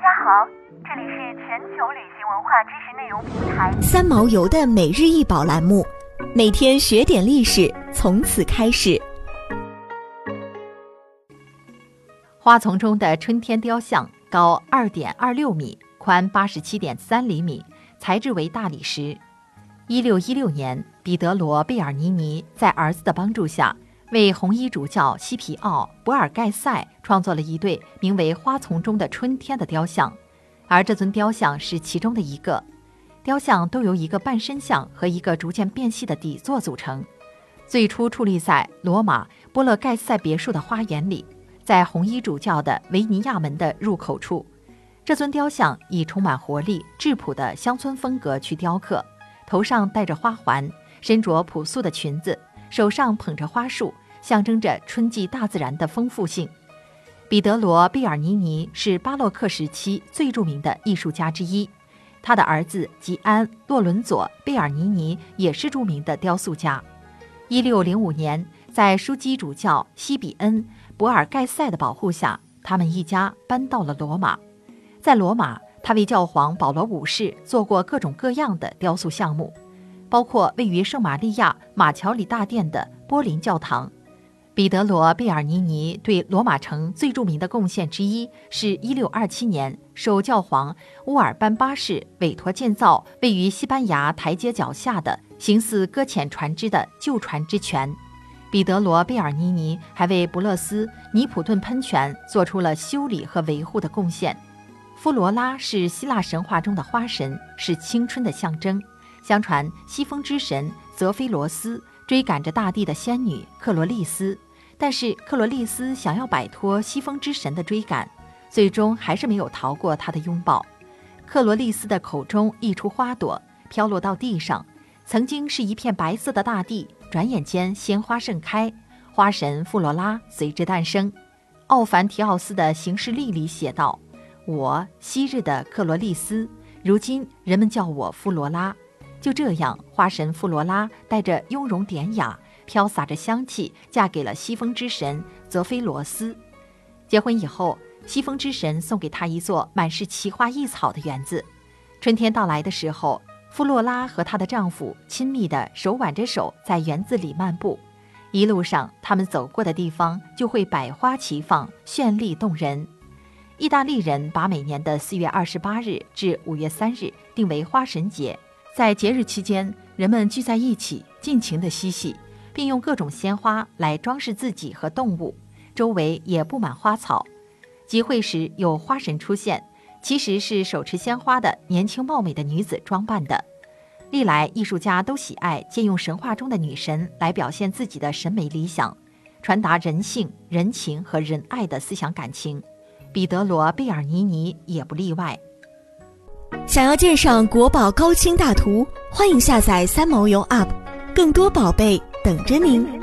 家好，这里是全球旅行文化知识内容平台三毛游的每日一宝栏目，每天学点历史，从此开始。 花丛中的春天雕像高 2.26 米，宽 87.3厘米，材质为大理石。1616年，彼得罗·贝尔尼尼在儿子的帮助下，为红衣主教西皮奥·博尔盖塞创作了一对名为《花丛中的春天》的雕像，而这尊雕像是其中的一个。雕像都由一个半身像和一个逐渐变细的底座组成。最初矗立在罗马波勒盖塞别墅的花园里，在红衣主教的维尼亚门的入口处。这尊雕像以充满活力、质朴的乡村风格去雕刻，头上戴着花环，身着朴素的裙子，手上捧着花束，象征着春季大自然的丰富性。彼得罗·贝尔尼尼是巴洛克时期最著名的艺术家之一，他的儿子吉安·洛伦佐·贝尔尼尼也是著名的雕塑家。1605年，在枢机主教西比恩·博尔盖塞的保护下，他们一家搬到了罗马。在罗马，他为教皇保罗五世做过各种各样的雕塑项目，包括位于圣玛利亚马乔里大殿的波林教堂。彼得罗·贝尔尼尼对罗马城最著名的贡献之一是1627年受教皇乌尔班八世委托建造位于西班牙台阶脚下的形似搁浅船只的旧船只泉。彼得罗·贝尔尼尼还为不勒斯尼普顿喷泉做出了修理和维护的贡献。弗罗拉是希腊神话中的花神，是青春的象征。相传西风之神泽菲罗斯追赶着大地的仙女克罗丽丝，但是克罗丽丝想要摆脱西风之神的追赶，最终还是没有逃过他的拥抱。克罗丽丝的口中溢出花朵，飘落到地上，曾经是一片白色的大地，转眼间鲜花盛开，花神弗罗拉随之诞生。奥凡提奥斯的《行事历》里写道：我昔日的克罗丽丝，如今人们叫我弗罗拉。就这样，花神弗罗拉带着雍容典雅，飘洒着香气，嫁给了西风之神泽菲罗斯。结婚以后，西风之神送给她一座满是奇花异草的园子。春天到来的时候，弗罗拉和她的丈夫亲密地手挽着手在园子里漫步，一路上他们走过的地方就会百花齐放，绚丽动人。意大利人把每年的4月28日至5月3日定为花神节，在节日期间，人们聚在一起，尽情地嬉戏，并用各种鲜花来装饰自己和动物，周围也布满花草。集会时有花神出现，其实是手持鲜花的年轻貌美的女子装扮的。历来艺术家都喜爱借用神话中的女神来表现自己的审美理想，传达人性、人情和仁爱的思想感情。彼得罗·贝尔尼尼也不例外。 想要鉴赏国宝高清大图，欢迎下载三毛游 App， 更多宝贝等着您。